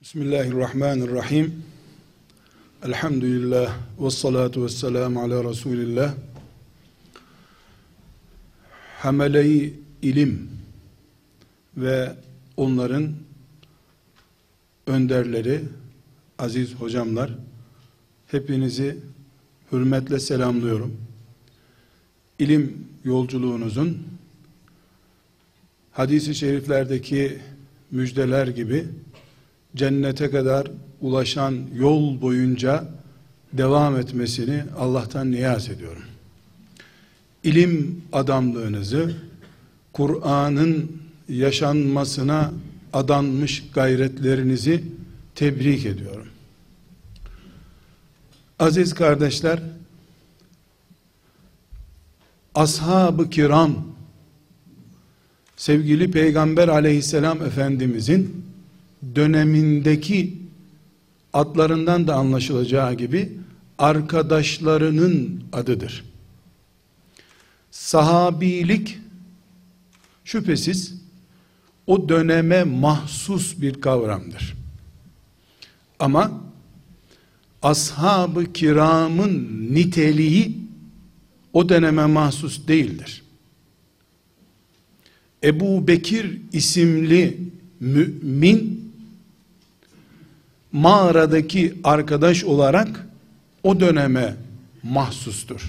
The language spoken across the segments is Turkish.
Bismillahirrahmanirrahim. Elhamdülillah ve salatu ve selamu ala Resulillah. Hamele-i ilim ve onların önderleri, aziz hocamlar, hepinizi hürmetle selamlıyorum. İlim yolculuğunuzun hadis-i şeriflerdeki müjdeler gibi cennete kadar ulaşan yol boyunca devam etmesini Allah'tan niyaz ediyorum. İlim adamlığınızı, Kur'an'ın yaşanmasına adanmış gayretlerinizi tebrik ediyorum. Aziz kardeşler, ashab-ı kiram, sevgili Peygamber aleyhisselam Efendimizin dönemindeki adlarından da anlaşılacağı gibi arkadaşlarının adıdır. Sahabilik şüphesiz o döneme mahsus bir kavramdır. Ama ashab-ı kiramın niteliği o döneme mahsus değildir. Ebu Bekir isimli mümin mağaradaki arkadaş olarak o döneme mahsustur.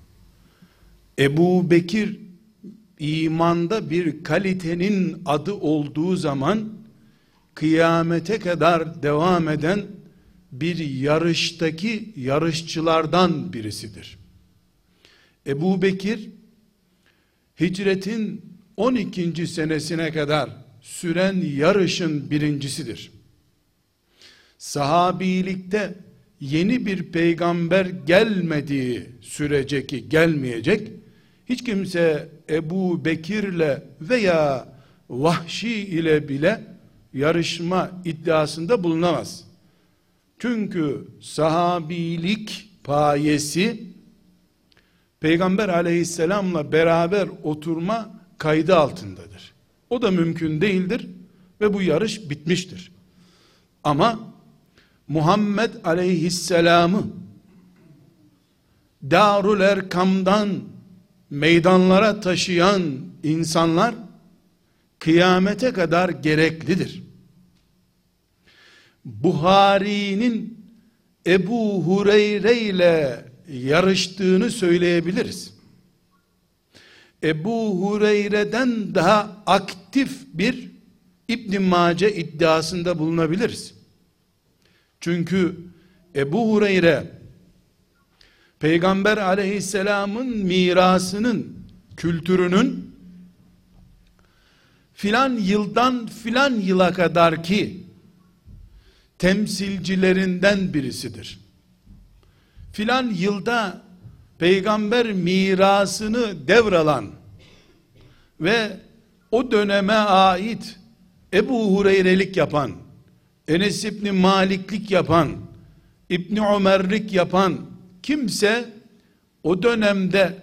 Ebu Bekir imanda bir kalitenin adı olduğu zaman kıyamete kadar devam eden bir yarıştaki yarışçılardan birisidir. Ebu Bekir hicretin 12. senesine kadar süren yarışın birincisidir. Sahabilikte yeni bir peygamber gelmediği sürece ki gelmeyecek, hiç kimse Ebu Bekir'le veya Vahşi ile bile yarışma iddiasında bulunamaz. Çünkü sahabilik payesi Peygamber aleyhisselamla beraber oturma kaydı altındadır. O da mümkün değildir ve bu yarış bitmiştir. Ama Muhammed aleyhisselamı Darul Erkam'dan meydanlara taşıyan insanlar kıyamete kadar gereklidir. Buhari'nin Ebu Hureyre ile yarıştığını söyleyebiliriz. Ebu Hureyre'den daha aktif bir İbn Mace iddiasında bulunabiliriz. Çünkü Ebu Hureyre Peygamber aleyhisselamın mirasının, kültürünün filan yıldan filan yıla kadar ki temsilcilerinden birisidir. Filan yılda peygamber mirasını devralan ve o döneme ait Ebu Hureyrelik yapan, Enes İbni Maliklik yapan, İbni Ömerlik yapan kimse o dönemde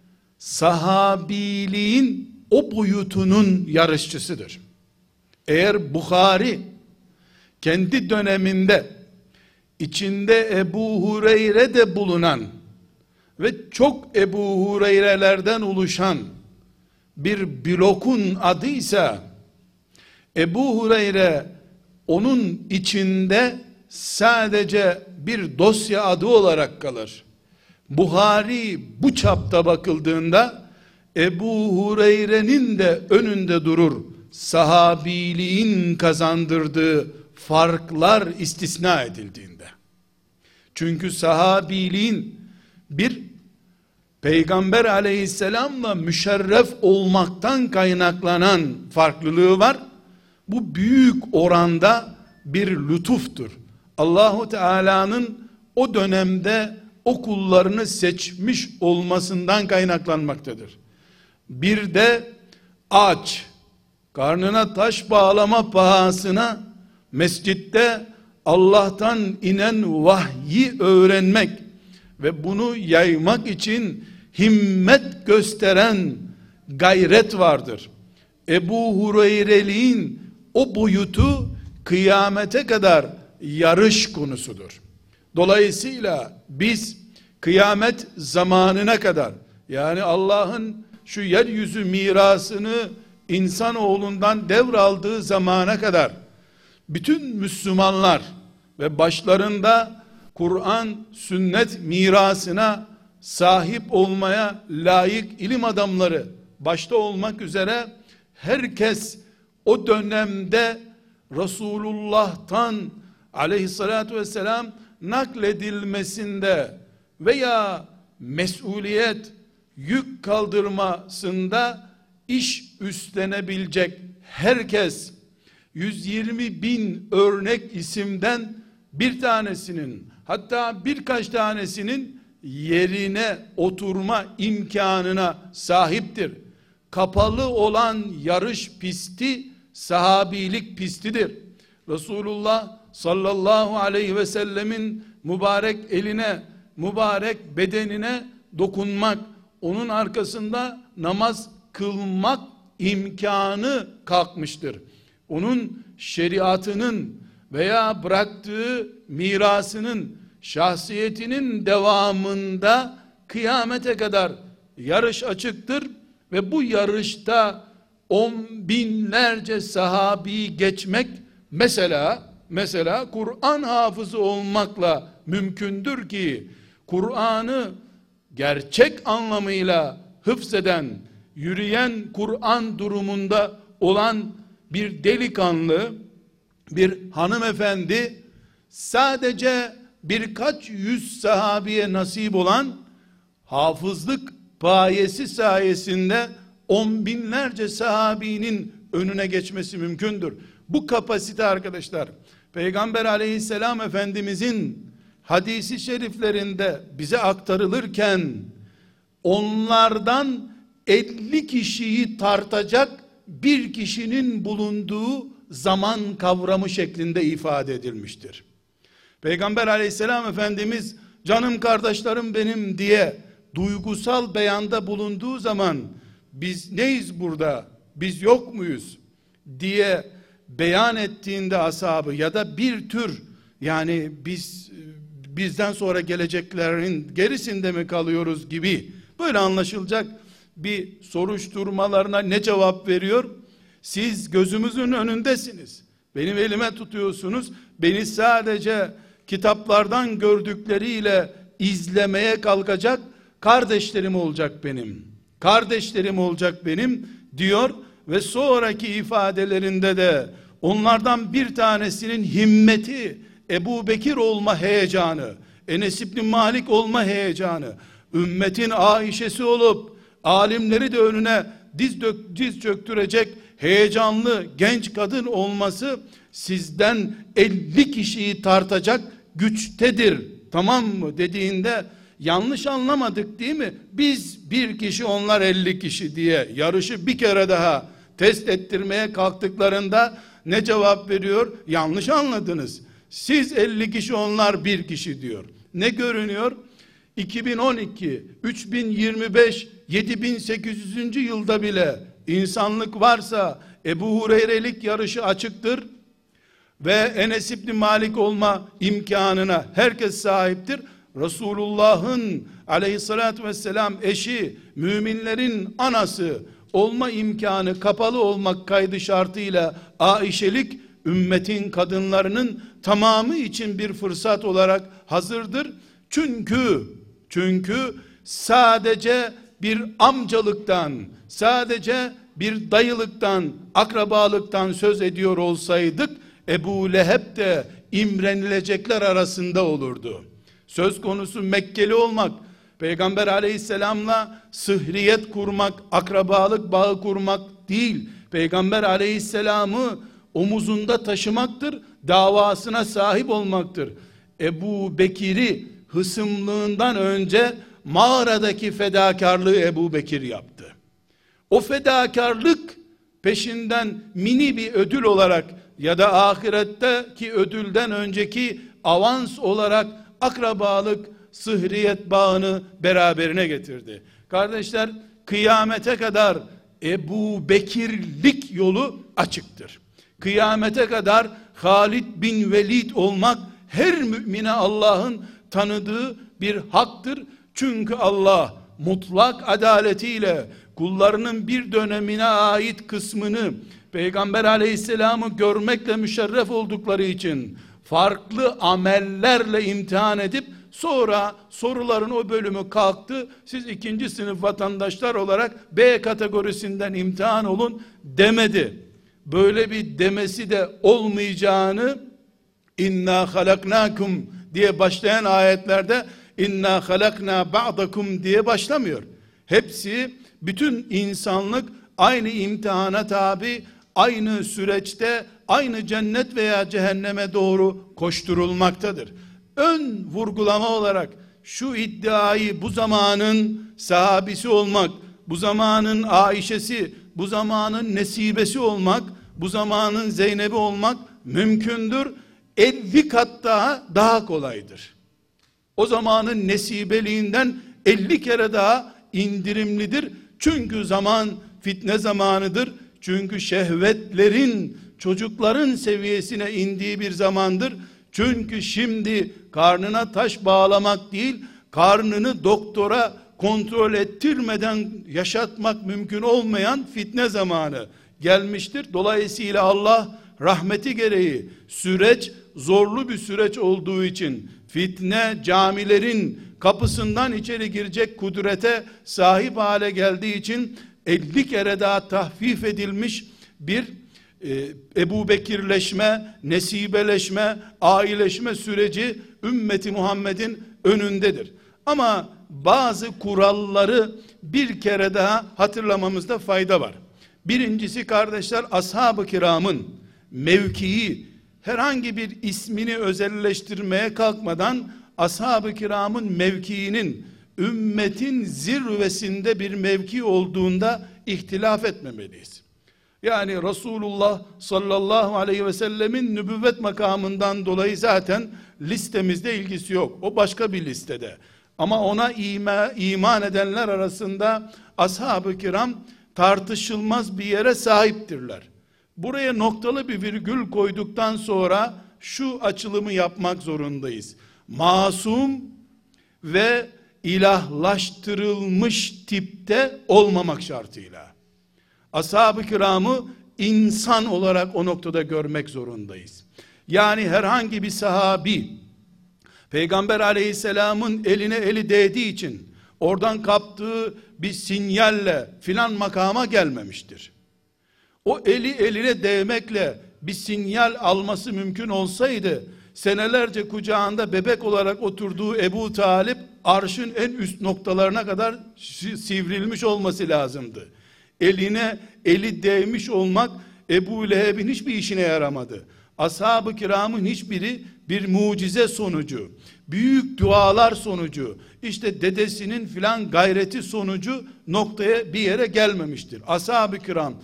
sahabiliğin o boyutunun yarışçısıdır. Eğer Bukhari kendi döneminde içinde Ebu Hureyre de bulunan ve çok Ebu Hureyre'lerden oluşan bir blokun adıysa, Ebu Hureyre onun içinde sadece bir dosya adı olarak kalır. Buhari bu çapta bakıldığında Ebu Hureyre'nin de önünde durur. Sahabiliğin kazandırdığı farklar istisna edildiğinde. Çünkü sahabiliğin bir Peygamber aleyhisselamla müşerref olmaktan kaynaklanan farklılığı var. Bu büyük oranda bir lütuftur. Allahu Teala'nın o dönemde o kullarını seçmiş olmasından kaynaklanmaktadır. Bir de aç, karnına taş bağlama pahasına mescitte Allah'tan inen vahyi öğrenmek ve bunu yaymak için himmet gösteren gayret vardır. Ebu Hureyreliğin o boyutu kıyamete kadar yarış konusudur. Dolayısıyla biz kıyamet zamanına kadar, yani Allah'ın şu yeryüzü mirasını insanoğlundan devraldığı zamana kadar bütün Müslümanlar ve başlarında Kur'an, sünnet mirasına sahip olmaya layık ilim adamları başta olmak üzere herkes o dönemde Resulullah'tan aleyhissalatü vesselam nakledilmesinde veya mesuliyet, yük kaldırmasında iş üstlenebilecek herkes 120 bin örnek isimden bir tanesinin, hatta birkaç tanesinin yerine oturma imkanına sahiptir. Kapalı olan yarış pisti sahabilik pistidir. Resulullah sallallahu aleyhi ve sellemin mübarek eline, mübarek bedenine dokunmak, onun arkasında namaz kılmak imkanı kalkmıştır. Onun şeriatının veya bıraktığı mirasının, şahsiyetinin devamında kıyamete kadar yarış açıktır ve bu yarışta on binlerce sahabi geçmek mesela Kur'an hafızı olmakla mümkündür ki Kur'an'ı gerçek anlamıyla hıfzeden, yürüyen Kur'an durumunda olan bir delikanlı, bir hanımefendi sadece birkaç yüz sahabiye nasip olan hafızlık payesi sayesinde on binlerce sahabinin önüne geçmesi mümkündür. Bu kapasite arkadaşlar, Peygamber aleyhisselam Efendimizin hadisi şeriflerinde bize aktarılırken onlardan 50 kişiyi tartacak bir kişinin bulunduğu zaman kavramı şeklinde ifade edilmiştir. Peygamber aleyhisselam Efendimiz canım kardeşlerim benim diye duygusal beyanda bulunduğu zaman biz neyiz burada, biz yok muyuz diye beyan ettiğinde ashabı ya da bir tür, yani bizden sonra geleceklerin gerisinde mi kalıyoruz gibi böyle anlaşılacak bir soruşturmalarına ne cevap veriyor? Siz gözümüzün önündesiniz. Benim elime tutuyorsunuz. Beni sadece kitaplardan gördükleriyle izlemeye kalkacak kardeşlerim olacak benim. Kardeşlerim olacak benim diyor ve sonraki ifadelerinde de onlardan bir tanesinin himmeti, Ebu Bekir olma heyecanı, Enes İbni Malik olma heyecanı, ümmetin Aişe'si olup alimleri de önüne diz çöktürecek heyecanlı genç kadın olması sizden 50 kişiyi tartacak güçtedir, tamam mı dediğinde yanlış anlamadık değil mi? Biz bir kişi onlar 50 kişi diye yarışı bir kere daha test ettirmeye kalktıklarında ne cevap veriyor? Yanlış anladınız. Siz 50 kişi onlar bir kişi diyor. Ne görünüyor? 2012, 3025, 7800. yılda bile insanlık varsa Ebu Hureyre'lik yarışı açıktır ve Enes İbni Malik olma imkanına herkes sahiptir. Resulullah'ın aleyhissalatü vesselam eşi, müminlerin anası olma imkanı kapalı olmak kaydı şartıyla Aişelik ümmetin kadınlarının tamamı için bir fırsat olarak hazırdır. Çünkü sadece bir amcalıktan, sadece bir dayılıktan, akrabalıktan söz ediyor olsaydık Ebu Leheb de imrenilecekler arasında olurdu. Söz konusu Mekkeli olmak, Peygamber aleyhisselamla sıhriyet kurmak, akrabalık bağı kurmak değil, Peygamber aleyhisselamı omuzunda taşımaktır, davasına sahip olmaktır. Ebu Bekir'i hısımlığından önce mağaradaki fedakarlığı Ebu Bekir yaptı. O fedakarlık peşinden mini bir ödül olarak ya da ahiretteki ödülden önceki avans olarak akrabalık, sıhriyet bağını beraberine getirdi. Kardeşler, kıyamete kadar Ebu Bekirlik yolu açıktır. Kıyamete kadar Halid bin Velid olmak her mümine Allah'ın tanıdığı bir haktır. Çünkü Allah mutlak adaletiyle kullarının bir dönemine ait kısmını Peygamber aleyhisselamı görmekle müşerref oldukları için farklı amellerle imtihan edip sonra soruların o bölümü kalktı. Siz ikinci sınıf vatandaşlar olarak B kategorisinden imtihan olun demedi. Böyle bir demesi de olmayacağını inna halaknakum diye başlayan ayetlerde inna halakna ba'dakum diye başlamıyor. Hepsi, bütün insanlık aynı imtihana tabi, aynı süreçte, aynı cennet veya cehenneme doğru koşturulmaktadır. Ön vurgulama olarak şu iddiayı bu zamanın sahabisi olmak, bu zamanın Ayşe'si, bu zamanın Nesibesi olmak, bu zamanın Zeynep'i olmak mümkündür. 50 kat daha kolaydır. O zamanın nesibeliğinden 50 kere daha indirimlidir. Çünkü zaman fitne zamanıdır. Çünkü şehvetlerin, çocukların seviyesine indiği bir zamandır. Çünkü şimdi karnına taş bağlamak değil, karnını doktora kontrol ettirmeden yaşatmak mümkün olmayan fitne zamanı gelmiştir. Dolayısıyla Allah rahmeti gereği süreç zorlu bir süreç olduğu için, fitne camilerin kapısından içeri girecek kudrete sahip hale geldiği için 50 kere daha tahfif edilmiş bir Ebu Bekirleşme, nesibeleşme, aileşme süreci ümmeti Muhammed'in önündedir. Ama bazı kuralları bir kere daha hatırlamamızda fayda var. Birincisi kardeşler, ashab-ı kiramın mevkii, herhangi bir ismini özelleştirmeye kalkmadan ashab-ı kiramın mevkiinin ümmetin zirvesinde bir mevki olduğunda ihtilaf etmemeliyiz. Yani Resulullah sallallahu aleyhi ve sellemin nübüvvet makamından dolayı zaten listemizde ilgisi yok. O başka bir listede. Ama ona iman edenler arasında ashab-ı kiram tartışılmaz bir yere sahiptirler. Buraya noktalı bir virgül koyduktan sonra şu açılımı yapmak zorundayız. Masum ve ilahlaştırılmış tipte olmamak şartıyla ashab-ı kiramı insan olarak o noktada görmek zorundayız. Yani herhangi bir sahabi Peygamber aleyhisselamın eline eli değdiği için oradan kaptığı bir sinyalle filan makama gelmemiştir. O eli eline değmekle bir sinyal alması mümkün olsaydı, senelerce kucağında bebek olarak oturduğu Ebu Talip arşın en üst noktalarına kadar sivrilmiş olması lazımdı. Eline eli değmiş olmak Ebu Leheb'in hiçbir işine yaramadı. Ashab-ı kiramın hiçbiri bir mucize sonucu, büyük dualar sonucu, işte dedesinin filan gayreti sonucu noktaya bir yere gelmemiştir. Ashab-ı kiram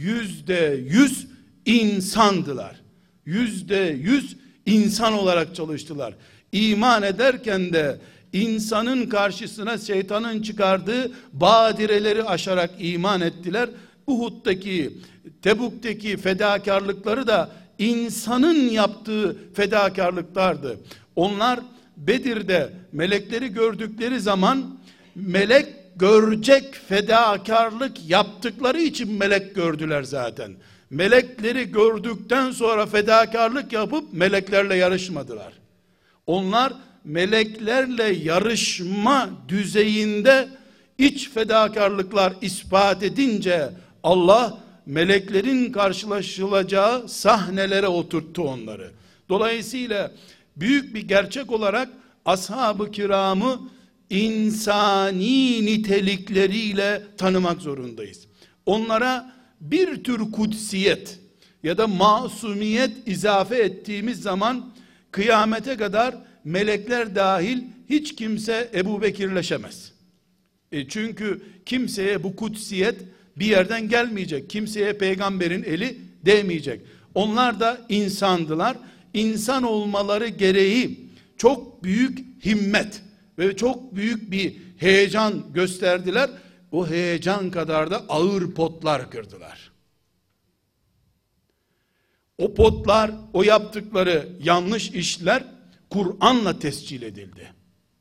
%100 insandılar. %100 insan olarak çalıştılar. İman ederken de insanın karşısına şeytanın çıkardığı badireleri aşarak iman ettiler. Uhud'daki, Tebuk'teki fedakarlıkları da insanın yaptığı fedakarlıklardı. Onlar Bedir'de melekleri gördükleri zaman melek görecek fedakarlık yaptıkları için melek gördüler zaten. Melekleri gördükten sonra fedakarlık yapıp meleklerle yarışmadılar. Onlar meleklerle yarışma düzeyinde iç fedakarlıklar ispat edince Allah meleklerin karşılaşılacağı sahnelere oturttu onları. Dolayısıyla büyük bir gerçek olarak ashab-ı kiramı insani nitelikleriyle tanımak zorundayız. Onlara bir tür kudsiyet ya da masumiyet izafe ettiğimiz zaman kıyamete kadar melekler dahil hiç kimse Ebu Bekirleşemez. Çünkü kimseye bu kudsiyet bir yerden gelmeyecek. Kimseye peygamberin eli değmeyecek. Onlar da insandılar. İnsan olmaları gereği çok büyük himmet ve çok büyük bir heyecan gösterdiler. O heyecan kadar da ağır potlar kırdılar. O potlar, o yaptıkları yanlış işler Kur'an'la tescil edildi.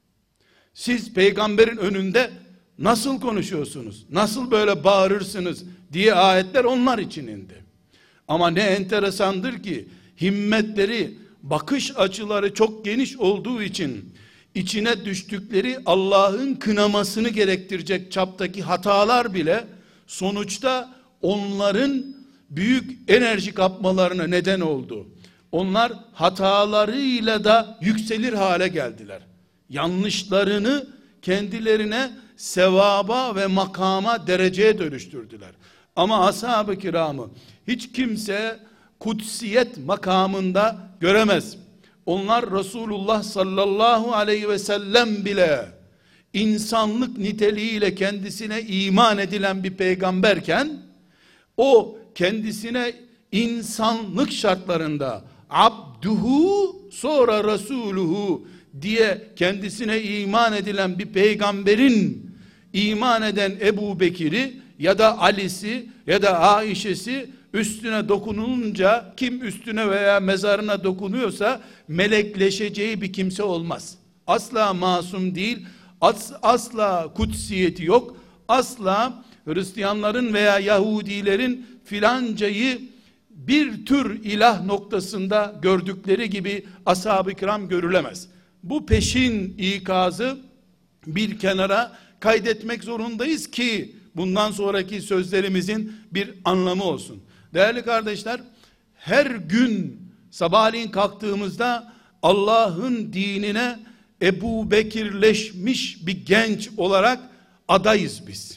Siz peygamberin önünde nasıl konuşuyorsunuz, nasıl böyle bağırırsınız diye ayetler onlar için indi. Ama ne enteresandır ki himmetleri, bakış açıları çok geniş olduğu için içine düştükleri Allah'ın kınamasını gerektirecek çaptaki hatalar bile sonuçta onların büyük enerji kapmalarına neden oldu. Onlar hatalarıyla da yükselir hale geldiler. Yanlışlarını kendilerine sevaba ve makama, dereceye dönüştürdüler. Ama ashab-ı kiramı hiç kimse kutsiyet makamında göremez. Onlar Resulullah sallallahu aleyhi ve sellem bile insanlık niteliğiyle kendisine iman edilen bir peygamberken, o kendisine insanlık şartlarında abduhu sonra resuluhu diye kendisine iman edilen bir peygamberin iman eden Ebu Bekir'i ya da Ali'si ya da Aişe'si üstüne dokunulunca, kim üstüne veya mezarına dokunuyorsa melekleşeceği bir kimse olmaz. Asla masum değil, asla kutsiyeti yok, asla Hristiyanların veya Yahudilerin filancayı bir tür ilah noktasında gördükleri gibi ashab-ı kiram görülemez. Bu peşin ikazı bir kenara kaydetmek zorundayız ki bundan sonraki sözlerimizin bir anlamı olsun. Değerli kardeşler, her gün sabahleyin kalktığımızda Allah'ın dinine Ebu Bekirleşmiş bir genç olarak adayız biz.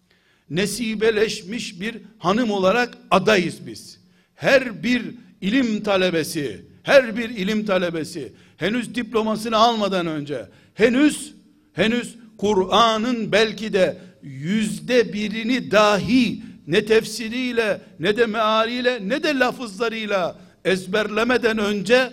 Nesibeleşmiş bir hanım olarak adayız biz. Her bir ilim talebesi henüz diplomasını almadan önce henüz Kur'an'ın belki de %1'ini dahi ne tefsiriyle ne de mealiyle ne de lafızlarıyla ezberlemeden önce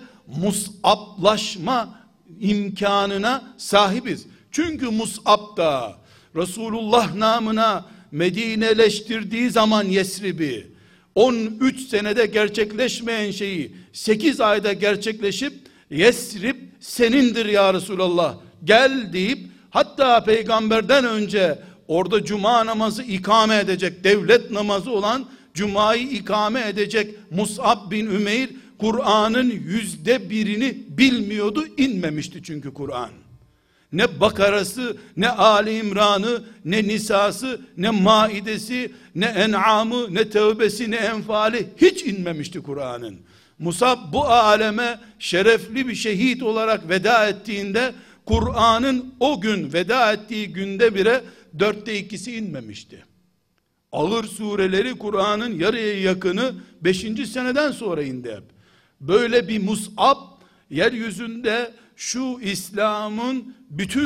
mus'ablaşma imkanına sahibiz. Çünkü Mus'ab da Resulullah namına Medineleştirdiği zaman Yesrib'i 13 senede gerçekleşmeyen şeyi 8 ayda gerçekleşip Yesrib senindir ya Resulallah gel deyip, hatta peygamberden önce orada cuma namazı ikame edecek, devlet namazı olan cumayı ikame edecek Mus'ab bin Ümeyr Kur'an'ın %1'ini bilmiyordu, inmemişti çünkü Kur'an. Ne Bakara'sı, ne Ali İmran'ı, ne Nisa'sı, ne Maidesi, ne En'am'ı, ne Tevbe'si, ne Enfal'i hiç inmemişti Kur'an'ın. Musab bu aleme şerefli bir şehit olarak veda ettiğinde, Kur'an'ın o gün veda ettiği günde bile 2/4 inmemişti. Ağır sureleri Kur'an'ın yarıya yakını 5. seneden sonra indi hep. Böyle bir Mus'ab yeryüzünde şu İslam'ın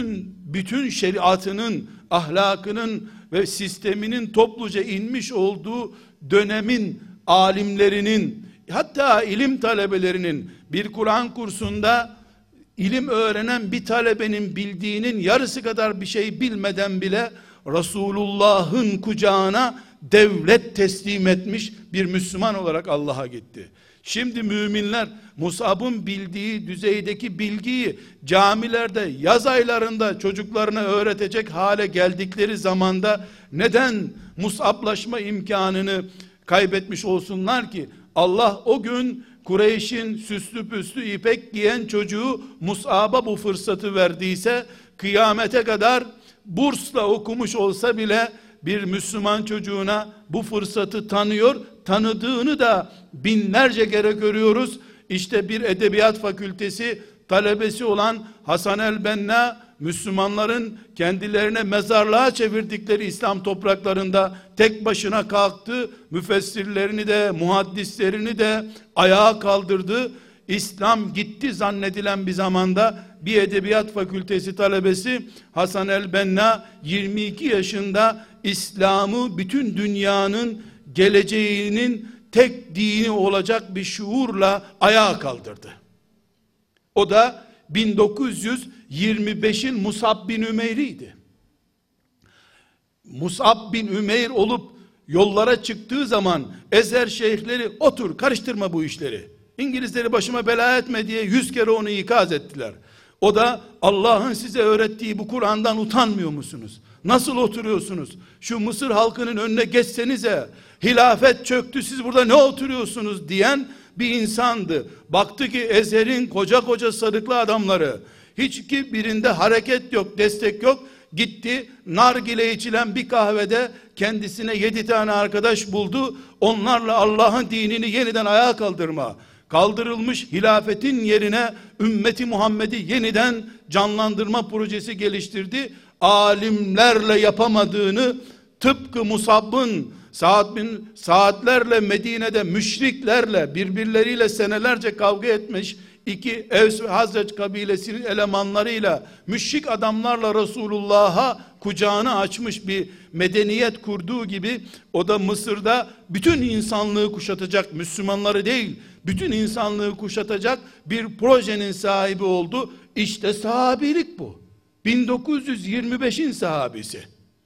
bütün şeriatının, ahlakının ve sisteminin topluca inmiş olduğu dönemin alimlerinin, hatta ilim talebelerinin, bir Kur'an kursunda ilim öğrenen bir talebenin bildiğinin yarısı kadar bir şey bilmeden bile Resulullah'ın kucağına devlet teslim etmiş bir Müslüman olarak Allah'a gitti. Şimdi müminler Mus'ab'ın bildiği düzeydeki bilgiyi camilerde yaz aylarında çocuklarına öğretecek hale geldikleri zamanda neden Mus'ablaşma imkanını kaybetmiş olsunlar ki? Allah o gün Kureyş'in süslü püslü ipek giyen çocuğu Mus'ab'a bu fırsatı verdiyse, kıyamete kadar bursla okumuş olsa bile bir Müslüman çocuğuna bu fırsatı tanıdığını da binlerce kere görüyoruz. İşte bir edebiyat fakültesi talebesi olan Hasan el-Benna, Müslümanların kendilerine mezarlığa çevirdikleri İslam topraklarında tek başına kalktı. Müfessirlerini de muhaddislerini de ayağa kaldırdı. İslam gitti zannedilen bir zamanda bir edebiyat fakültesi talebesi Hasan el-Benna 22 yaşında İslam'ı bütün dünyanın geleceğinin tek dini olacak bir şuurla ayağa kaldırdı. O da 1925'in Mus'ab bin Ümeyr'iydi. Mus'ab bin Ümeyr olup yollara çıktığı zaman Ezher şeyhleri otur karıştırma bu işleri, İngilizleri başıma bela etme diye 100 kere onu ikaz ettiler. O da Allah'ın size öğrettiği bu Kur'an'dan utanmıyor musunuz? Nasıl oturuyorsunuz? Şu Mısır halkının önüne geçsenize, hilafet çöktü siz burada ne oturuyorsunuz diyen bir insandı. Baktı ki Ezher'in koca koca sarıklı adamları, hiç ki birinde hareket yok, destek yok. Gitti nargile içilen bir kahvede kendisine 7 tane arkadaş buldu. Onlarla Allah'ın dinini yeniden ayağa kaldırılmış hilafetin yerine ümmeti Muhammed'i yeniden canlandırma projesi geliştirdi. Alimlerle yapamadığını, tıpkı Musab'ın saatlerle Medine'de müşriklerle birbirleriyle senelerce kavga etmiş iki Evs ve Hazreç kabilesinin elemanlarıyla, müşrik adamlarla Resulullah'a kucağını açmış bir medeniyet kurduğu gibi, o da Mısır'da bütün insanlığı kuşatacak, Müslümanları değil bütün insanlığı kuşatacak bir projenin sahibi oldu. İşte sahabilik bu. 1925'in sahabisi.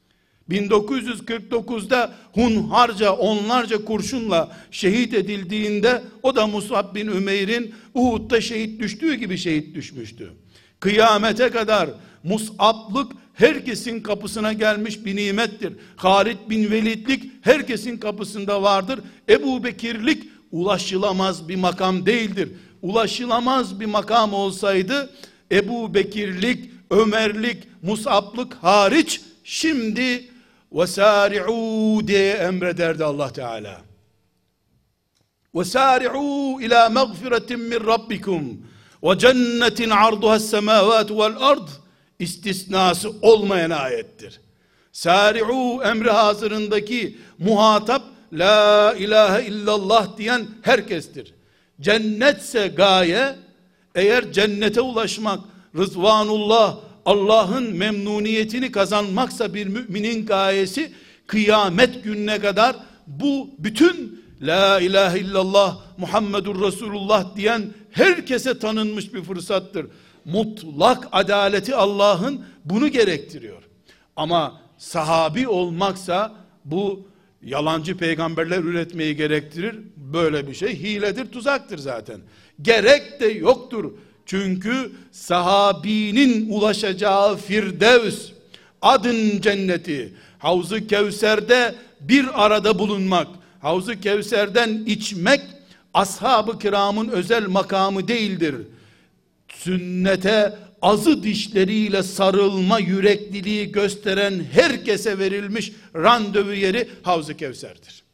1949'da hunharca onlarca kurşunla şehit edildiğinde o da Musab bin Ümeyr'in Uhud'da şehit düştüğü gibi şehit düşmüştü. Kıyamete kadar Mus'ab'lık herkesin kapısına gelmiş bir nimettir. Halid bin Velid'lik herkesin kapısında vardır. Ebu Bekirlik ulaşılamaz bir makam değildir. Ulaşılamaz bir makam olsaydı Ebu Bekirlik, Ömerlik, Mus'ab'lık hariç şimdi وَسَارِعُوا diye emrederdi Allah Teala. وَسَارِعُوا اِلَى مَغْفِرَةٍ مِّنْ رَبِّكُمْ وَجَنَّةٍ عَرْضُهَا السَّمَاوَاتُ وَالْأَرْضِ istisnası olmayan ayettir. Sari'u emri hazırındaki muhatap la ilahe illallah diyen herkestir. Cennetse gaye, eğer cennete ulaşmak, rızvanullah, Allah'ın memnuniyetini kazanmaksa bir müminin gayesi, kıyamet gününe kadar bu bütün la ilahe illallah Muhammedur Resulullah diyen herkese tanınmış bir fırsattır. Mutlak adaleti Allah'ın bunu gerektiriyor. Ama sahabi olmaksa bu yalancı peygamberler üretmeyi gerektirir. Böyle bir şey hiledir, tuzaktır zaten. Gerek de yoktur. Çünkü sahabinin ulaşacağı Firdevs, adın cenneti, Havz-ı Kevser'de bir arada bulunmak, Havz-ı Kevser'den içmek ashab-ı kiramın özel makamı değildir. Sünnete azı dişleriyle sarılma yürekliliği gösteren herkese verilmiş randevu yeri Havz-ı Kevser'dir.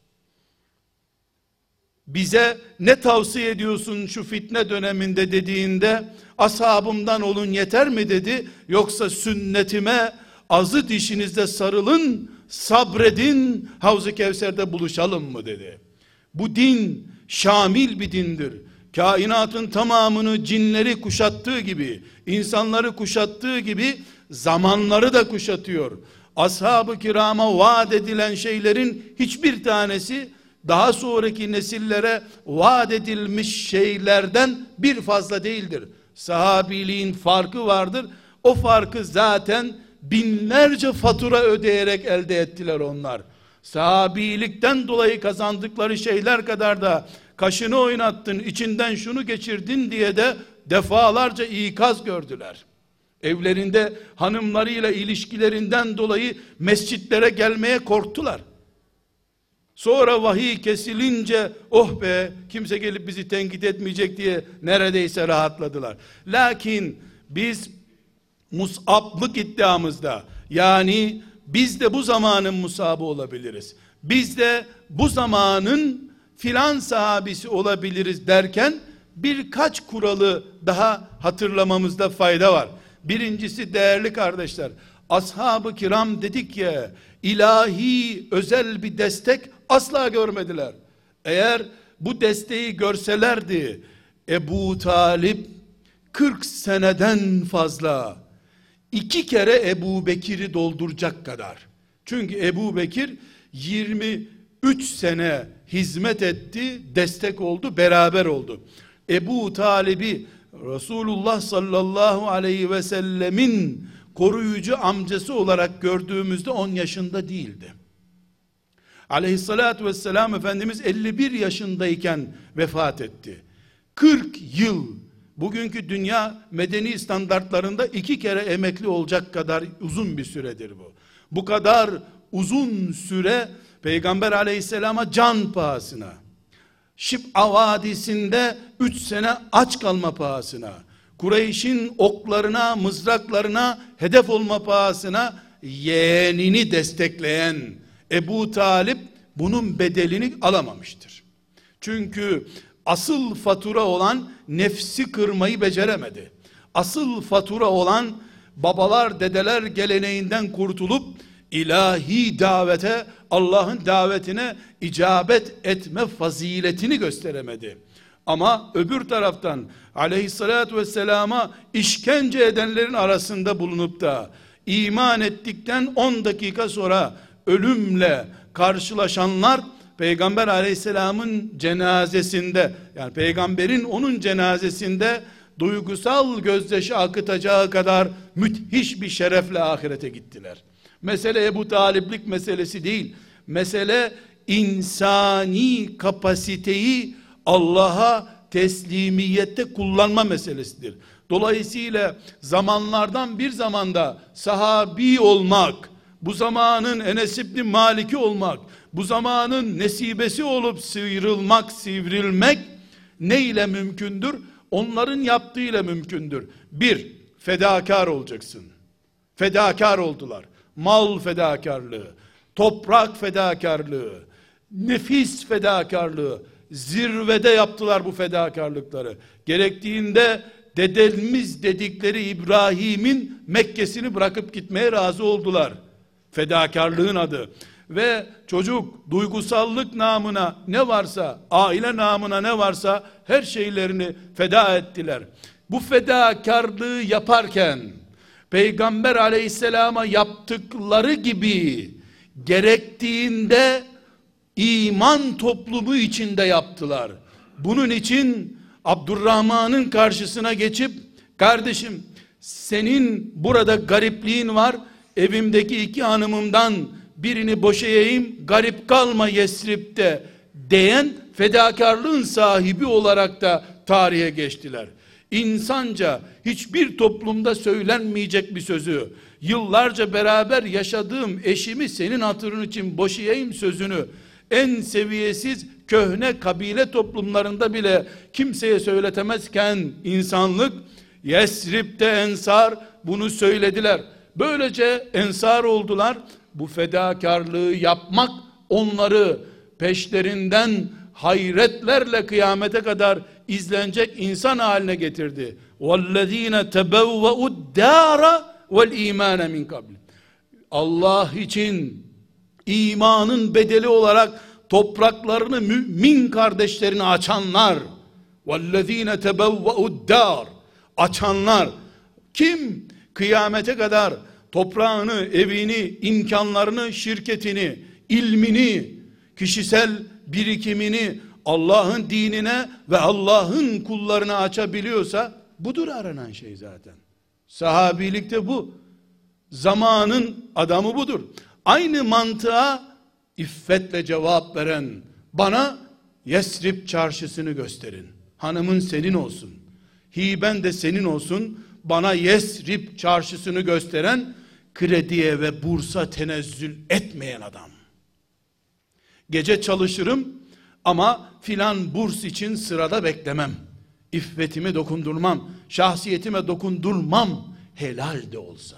Bize ne tavsiye ediyorsun şu fitne döneminde dediğinde, ashabımdan olun yeter mi dedi, yoksa sünnetime azı dişinizle sarılın, sabredin, Havz-ı Kevser'de buluşalım mı dedi. Bu din şamil bir dindir. Kainatın tamamını, cinleri kuşattığı gibi, insanları kuşattığı gibi zamanları da kuşatıyor. Ashab-ı kirama vaat edilen şeylerin hiçbir tanesi daha sonraki nesillere vaat edilmiş şeylerden bir fazla değildir. Sahabiliğin farkı vardır. O farkı zaten binlerce fatura ödeyerek elde ettiler onlar. Sahabilikten dolayı kazandıkları şeyler kadar da kaşını oynattın, içinden şunu geçirdin diye de defalarca ikaz gördüler. Evlerinde hanımlarıyla ilişkilerinden dolayı mescitlere gelmeye korktular. Sonra vahiy kesilince oh be kimse gelip bizi tenkit etmeyecek diye neredeyse rahatladılar. Lakin biz Mus'ab'lık iddiamızda, yani biz de bu zamanın Musab'ı olabiliriz, biz de bu zamanın filan sahabisi olabiliriz derken birkaç kuralı daha hatırlamamızda fayda var. Birincisi, değerli kardeşler, ashab-ı kiram dedik ya, ilahi özel bir destek asla görmediler. Eğer bu desteği görselerdi, Ebu Talip 40 seneden fazla 2 kere Ebu Bekir'i dolduracak kadar. Çünkü Ebu Bekir 23 sene hizmet etti, destek oldu, beraber oldu. Ebu Talib'i Resulullah sallallahu aleyhi ve sellemin koruyucu amcası olarak gördüğümüzde 10 yaşında değildi. Aleyhissalatü vesselam Efendimiz 51 yaşındayken vefat etti. 40 yıl, bugünkü dünya medeni standartlarında 2 kere emekli olacak kadar uzun bir süredir bu. Bu kadar uzun süre Peygamber aleyhisselama can pahasına, Şib'a Vadisi'nde 3 sene aç kalma pahasına, Kureyş'in oklarına, mızraklarına hedef olma pahasına yeğenini destekleyen Ebu Talip bunun bedelini alamamıştır. Çünkü asıl fatura olan nefsi kırmayı beceremedi. Asıl fatura olan babalar, dedeler geleneğinden kurtulup ilahi davete, Allah'ın davetine icabet etme faziletini gösteremedi. Ama öbür taraftan aleyhissalatü vesselama işkence edenlerin arasında bulunup da iman ettikten 10 dakika sonra ölümle karşılaşanlar Peygamber aleyhisselamın cenazesinde, yani peygamberin onun cenazesinde duygusal gözyaşı akıtacağı kadar müthiş bir şerefle ahirete gittiler. Mesele Ebu Taliplik meselesi değil. Mesele insani kapasiteyi Allah'a teslimiyette kullanma meselesidir. Dolayısıyla zamanlardan bir zamanda sahabi olmak, bu zamanın Enes İbni Malik'i olmak, bu zamanın nesibesi olup sıyrılmak, sivrilmek ne ile mümkündür? Onların yaptığıyla mümkündür. Bir, fedakar olacaksın. Fedakar oldular. Mal fedakarlığı, toprak fedakarlığı, nefis fedakarlığı, zirvede yaptılar bu fedakarlıkları. Gerektiğinde dedemiz dedikleri İbrahim'in Mekke'sini bırakıp gitmeye razı oldular. Fedakarlığın adı. Ve çocuk, duygusallık namına ne varsa, aile namına ne varsa her şeylerini feda ettiler. Bu fedakarlığı yaparken Peygamber aleyhisselama yaptıkları gibi gerektiğinde iman toplumu içinde yaptılar. Bunun için Abdurrahman'ın karşısına geçip, kardeşim senin burada garipliğin var, evimdeki 2 hanımımdan birini boşayayım, garip kalma Yesrib'de diyen fedakarlığın sahibi olarak da tarihe geçtiler. İnsanca hiçbir toplumda söylenmeyecek bir sözü, yıllarca beraber yaşadığım eşimi senin hatırın için boşayayım sözünü en seviyesiz köhne kabile toplumlarında bile kimseye söyletemezken insanlık, Yesrib'de ensar bunu söylediler. Böylece ensar oldular. Bu fedakarlığı yapmak onları peşlerinden hayretlerle kıyamete kadar izlenecek insan haline getirdi. وَالَّذ۪ينَ تَبَوَّؤُ الدَّارَ وَالْا۪يمَانَ مِنْ قَبْلِ Allah için imanın bedeli olarak topraklarını mümin kardeşlerine açanlar, وَالَّذ۪ينَ تَبَوَّؤُ الدَّارِ açanlar, kim kıyamete kadar toprağını, evini, imkanlarını, şirketini, ilmini, kişisel birikimini Allah'ın dinine ve Allah'ın kullarına açabiliyorsa budur aranan şey zaten. Sahabilikte bu. Zamanın adamı budur. Aynı mantığa iffetle cevap veren, bana Yesrib çarşısını gösterin. Hanımın senin olsun. Hiben de senin olsun. Bana Yesrib çarşısını gösteren, krediye ve bursa tenezzül etmeyen adam. Gece çalışırım ama filan burs için sırada beklemem. İffetime dokundurmam, şahsiyetime dokundurmam. Helal de olsa,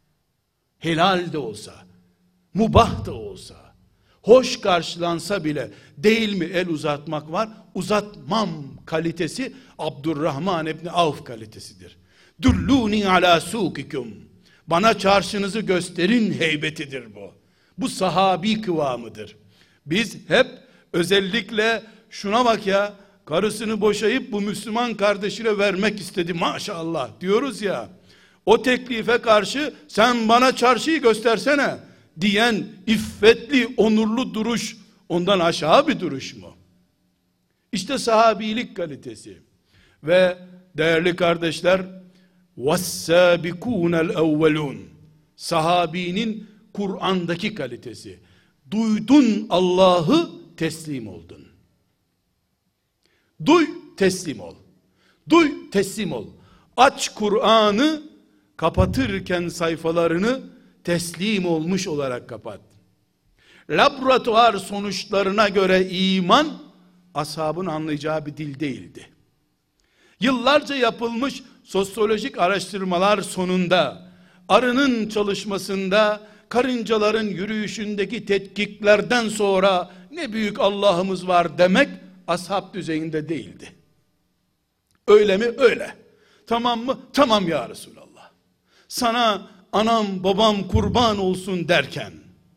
helal de olsa, mubah da olsa, hoş karşılansa bile, değil mi el uzatmak var, uzatmam kalitesi Abdurrahman İbni Avf kalitesidir. Dulluni ala sukikum, bana çarşınızı gösterin heybetidir bu. Bu sahabi kıvamıdır. Biz hep özellikle şuna bak ya, karısını boşayıp bu Müslüman kardeşine vermek istedi maşallah diyoruz ya, o teklife karşı sen bana çarşıyı göstersene diyen iffetli, onurlu duruş ondan aşağı bir duruş mu? İşte sahabilik kalitesi. Ve değerli kardeşler, وَالسَّابِكُونَ الْاَوَّلُونَ sahabinin Kur'an'daki kalitesi. Duydun Allah'ı, teslim oldun. Duy, teslim ol. Duy, teslim ol. Aç Kur'an'ı, kapatırken sayfalarını teslim olmuş olarak kapat. Laboratuvar sonuçlarına göre iman, ashabın anlayacağı bir dil değildi. Yıllarca yapılmış sosyolojik araştırmalar sonunda, arının çalışmasında, karıncaların yürüyüşündeki tetkiklerden sonra ne büyük Allah'ımız var demek ashab düzeyinde değildi. Öyle mi? Öyle. Tamam mı? Tamam ya Resulallah. Sana anam babam kurban olsun derken,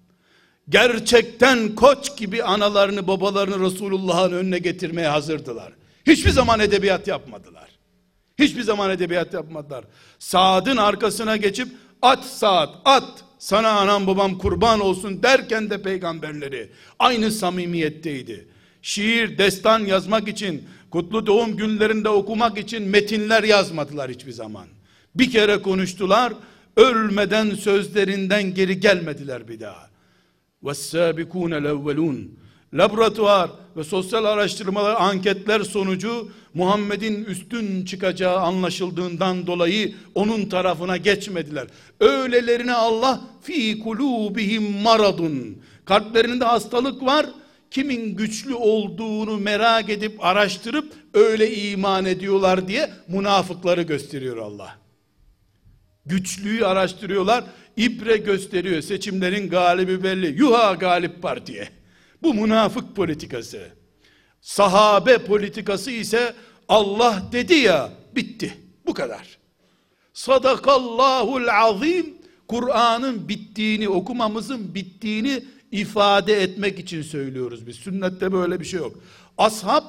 gerçekten koç gibi analarını babalarını Resulullah'ın önüne getirmeye hazırdılar. Hiçbir zaman edebiyat yapmadılar. Hiçbir zaman edebiyat yapmadılar. Saad'ın arkasına geçip at Saad at, sana anam babam kurban olsun derken de peygamberleri aynı samimiyetteydi. Şiir, destan yazmak için, kutlu doğum günlerinde okumak için metinler yazmadılar hiçbir zaman. Bir kere konuştular, ölmeden sözlerinden geri gelmediler bir daha. وَالسَّابِكُونَ الْاَوَّلُونَ Laboratuvar ve sosyal araştırmalar, anketler sonucu Muhammed'in üstün çıkacağı anlaşıldığından dolayı onun tarafına geçmediler. Öylelerine Allah fi kulubihim maradun, kalplerinde hastalık var, kimin güçlü olduğunu merak edip araştırıp öyle iman ediyorlar diye münafıkları gösteriyor Allah. Güçlüyü araştırıyorlar, ibre gösteriyor, seçimlerin galibi belli, yuha galip var diye. Bu münafık politikası. Sahabe politikası ise Allah dedi ya, bitti. Bu kadar. Sadakallahul azim, Kur'an'ın bittiğini, okumamızın bittiğini ifade etmek için söylüyoruz biz. Sünnette böyle bir şey yok. Ashab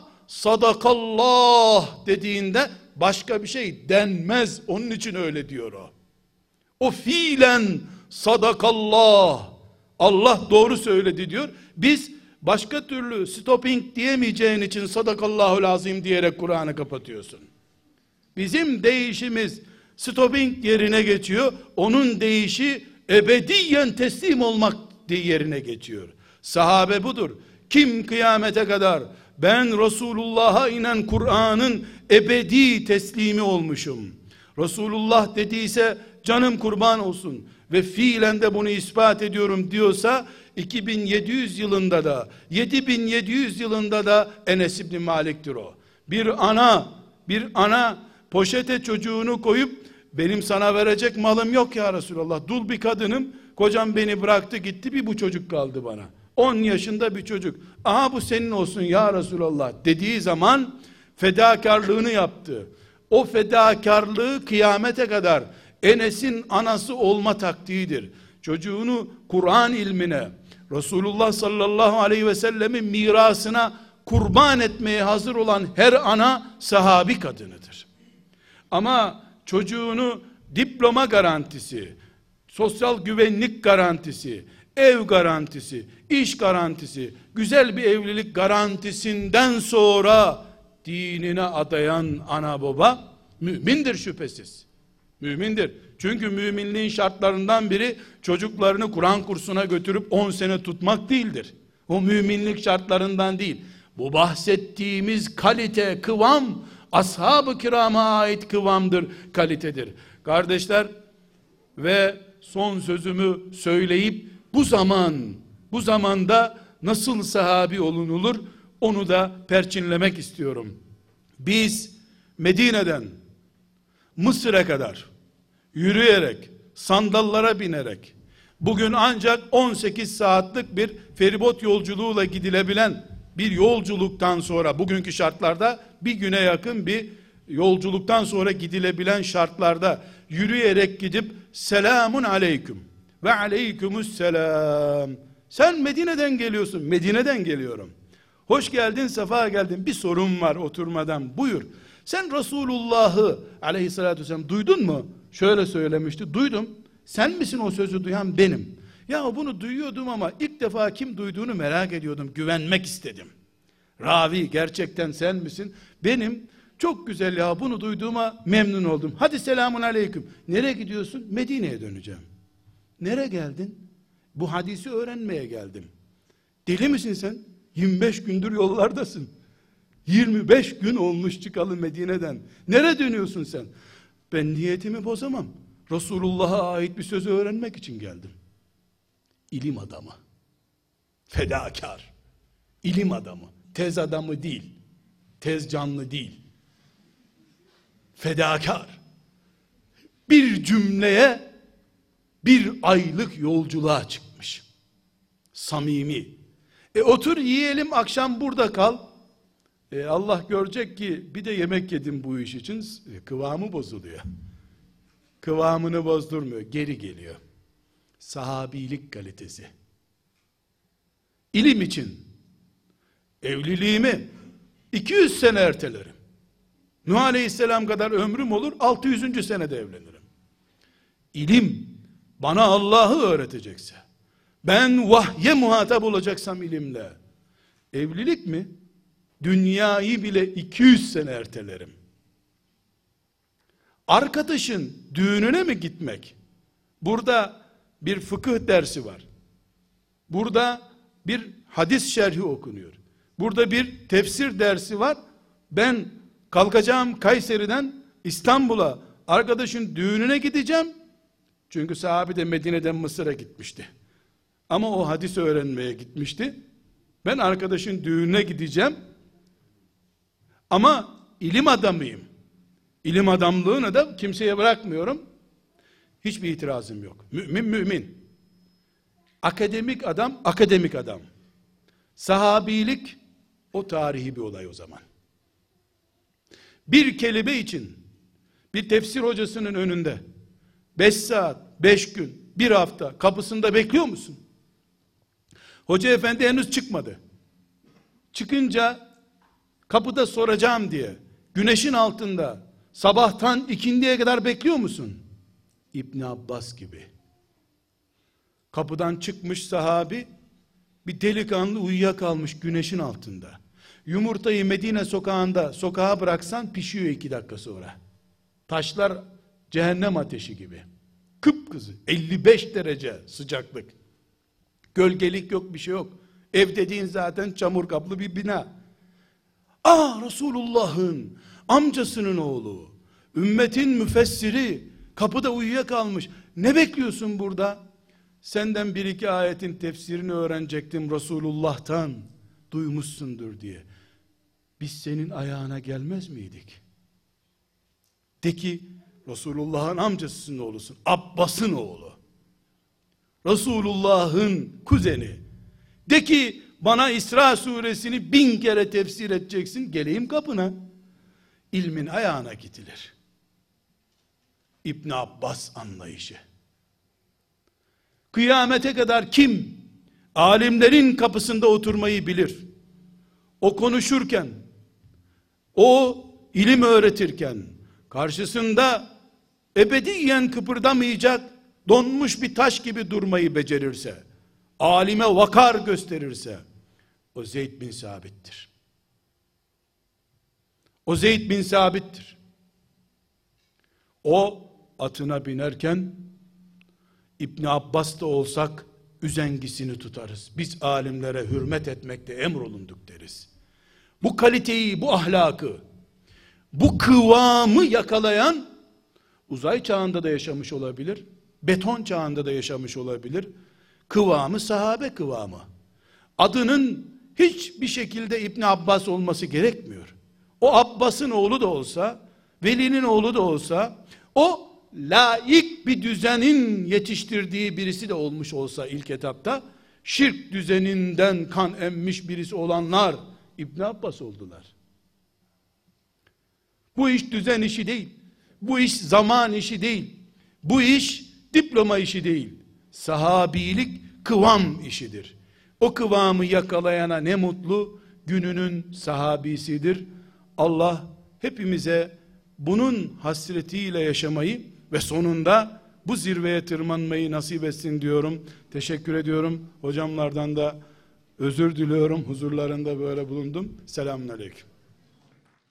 sadakallah dediğinde başka bir şey denmez. Onun için öyle diyor o. O fiilen sadakallah, Allah doğru söyledi diyor. Biz başka türlü stopping diyemeyeceğin için sadakallahul azim diyerek Kur'an'ı kapatıyorsun. Bizim değişimiz stopping yerine geçiyor. Onun değişi ebediyen teslim olmak diye yerine geçiyor. Sahabe budur. Kim kıyamete kadar ben Resulullah'a inen Kur'an'ın ebedi teslimi olmuşum, Resulullah dediyse canım kurban olsun ve fiilen de bunu ispat ediyorum diyorsa 2700 yılında da 7700 yılında da Enes İbni Malik'tir o. Bir ana poşete çocuğunu koyup benim sana verecek malım yok ya Resulallah, dul bir kadınım, kocam beni bıraktı gitti, bir bu çocuk kaldı bana, 10 yaşında bir çocuk, aha bu senin olsun ya Resulallah dediği zaman fedakarlığını yaptı. O fedakarlığı kıyamete kadar Enes'in anası olma taktiğidir. Çocuğunu Kur'an ilmine, Resulullah sallallahu aleyhi ve sellemin mirasına kurban etmeye hazır olan her ana sahabi kadınıdır. Ama çocuğunu diploma garantisi, sosyal güvenlik garantisi, ev garantisi, iş garantisi, güzel bir evlilik garantisinden sonra dinine adayan ana baba mümindir şüphesiz. Mümindir. Çünkü müminliğin şartlarından biri çocuklarını Kur'an kursuna götürüp 10 sene tutmak değildir. O müminlik şartlarından değil. Bu bahsettiğimiz kalite, kıvam ashab-ı kirama ait kıvamdır, kalitedir. Kardeşler, ve son sözümü söyleyip bu zamanda nasıl sahabi olunulur onu da perçinlemek istiyorum. Biz Medine'den Mısır'a kadar yürüyerek, sandallara binerek, bugün ancak 18 saatlik bir feribot yolculuğuyla gidilebilen bir yolculuktan sonra, bugünkü şartlarda bir güne yakın bir yolculuktan sonra gidilebilen şartlarda yürüyerek gidip selamun aleyküm ve aleykümüsselam, sen Medine'den geliyorsun, Medine'den geliyorum, hoş geldin, sefa geldin, bir sorun var oturmadan, buyur, sen Resulullah'ı aleyhissalatü vesselam duydun mu? Şöyle söylemişti, duydum. Sen misin o sözü duyan? Benim. Ya bunu duyuyordum ama ilk defa kim duyduğunu merak ediyordum, güvenmek istedim. Ravi, gerçekten sen misin? Benim. Çok güzel ya, bunu duyduğuma memnun oldum. Hadi selamun aleyküm. Nereye gidiyorsun? Medine'ye döneceğim. Nereye geldin? Bu hadisi öğrenmeye geldim. Deli misin sen? 25 gündür yollardasın. 25 gün olmuş çıkalı Medine'den. Nereye dönüyorsun sen? Ben niyetimi bozamam. Resulullah'a ait bir sözü öğrenmek için geldim. İlim adamı. Fedakar. İlim adamı. Tez adamı değil. Tez canlı değil. Fedakar. Bir cümleye bir aylık yolculuğa çıkmış. Samimi. Otur yiyelim, akşam burada kal. Allah görecek ki bir de yemek yedim bu iş için. Kıvamı bozuluyor. Kıvamını bozdurmuyor. Geri geliyor. Sahabilik kalitesi. İlim için evliliğimi 200 sene ertelerim. Nuh Aleyhisselam kadar ömrüm olur, 600. senede evlenirim. İlim bana Allah'ı öğretecekse, ben vahye muhatap olacaksam ilimle, evlilik mi? Dünyayı bile 200 sene ertelerim. Arkadaşın düğününe mi gitmek? Burada bir fıkıh dersi var. Burada bir hadis şerhi okunuyor. Burada bir tefsir dersi var. Ben kalkacağım Kayseri'den İstanbul'a, arkadaşın düğününe gideceğim. Çünkü sahabe de Medine'den Mısır'a gitmişti. Ama o hadis öğrenmeye gitmişti. Ben arkadaşın düğününe gideceğim. Ama ilim adamıyım. İlim adamlığını da kimseye bırakmıyorum. Hiçbir itirazım yok. Mümin mümin. Akademik adam akademik adam. Sahabilik o tarihi bir olay o zaman. Bir kelime için bir tefsir hocasının önünde 5 saat, 5 gün, 1 hafta kapısında bekliyor musun? Hoca efendi henüz çıkmadı. Çıkınca kapıda soracağım diye güneşin altında sabahtan ikindiye kadar bekliyor musun? İbn Abbas gibi. Kapıdan çıkmış sahabi, bir delikanlı uyuyakalmış güneşin altında. Yumurtayı Medine sokağında sokağa bıraksan pişiyor 2 dakika sonra. Taşlar cehennem ateşi gibi. Kıpkızı 55 derece sıcaklık. Gölgelik yok, bir şey yok. Ev dediğin zaten çamur kaplı bir bina. Resulullah'ın amcasının oğlu, ümmetin müfessiri kapıda uyuyakalmış. Ne bekliyorsun burada? Senden 1-2 ayetin tefsirini öğrenecektim Resulullah'tan, duymuşsundur diye. Biz senin ayağına gelmez miydik? De ki Resulullah'ın amcasının oğlusun, Abbas'ın oğlu, Resulullah'ın kuzeni. De ki bana İsra suresini 1000 kere tefsir edeceksin, geleyim kapına. İlmin ayağına gidilir. İbn Abbas anlayışı. Kıyamete kadar kim alimlerin kapısında oturmayı bilir? O konuşurken, o ilim öğretirken karşısında ebediyen kıpırdamayacak donmuş bir taş gibi durmayı becerirse, alime vakar gösterirse, o Zeyd bin Sabit'tir. O Zeyd bin Sabit'tir. O atına binerken İbn Abbas da olsak üzengisini tutarız. Biz alimlere hürmet etmekte emrolunduk deriz. Bu kaliteyi, bu ahlakı, bu kıvamı yakalayan uzay çağında da yaşamış olabilir, beton çağında da yaşamış olabilir. Kıvamı sahabe kıvamı. Adının hiçbir şekilde İbn Abbas olması gerekmiyor. O Abbas'ın oğlu da olsa, Veli'nin oğlu da olsa, o laik bir düzenin yetiştirdiği birisi de olmuş olsa ilk etapta, şirk düzeninden kan emmiş birisi olanlar İbn Abbas oldular. Bu iş düzen işi değil. Bu iş zaman işi değil. Bu iş diploma işi değil. Sahabilik kıvam işidir. O kıvamı yakalayana ne mutlu, gününün sahabisidir. Allah hepimize bunun hasretiyle yaşamayı ve sonunda bu zirveye tırmanmayı nasip etsin diyorum. Teşekkür ediyorum. Hocamlardan da özür diliyorum. Huzurlarında böyle bulundum. Selamünaleyküm.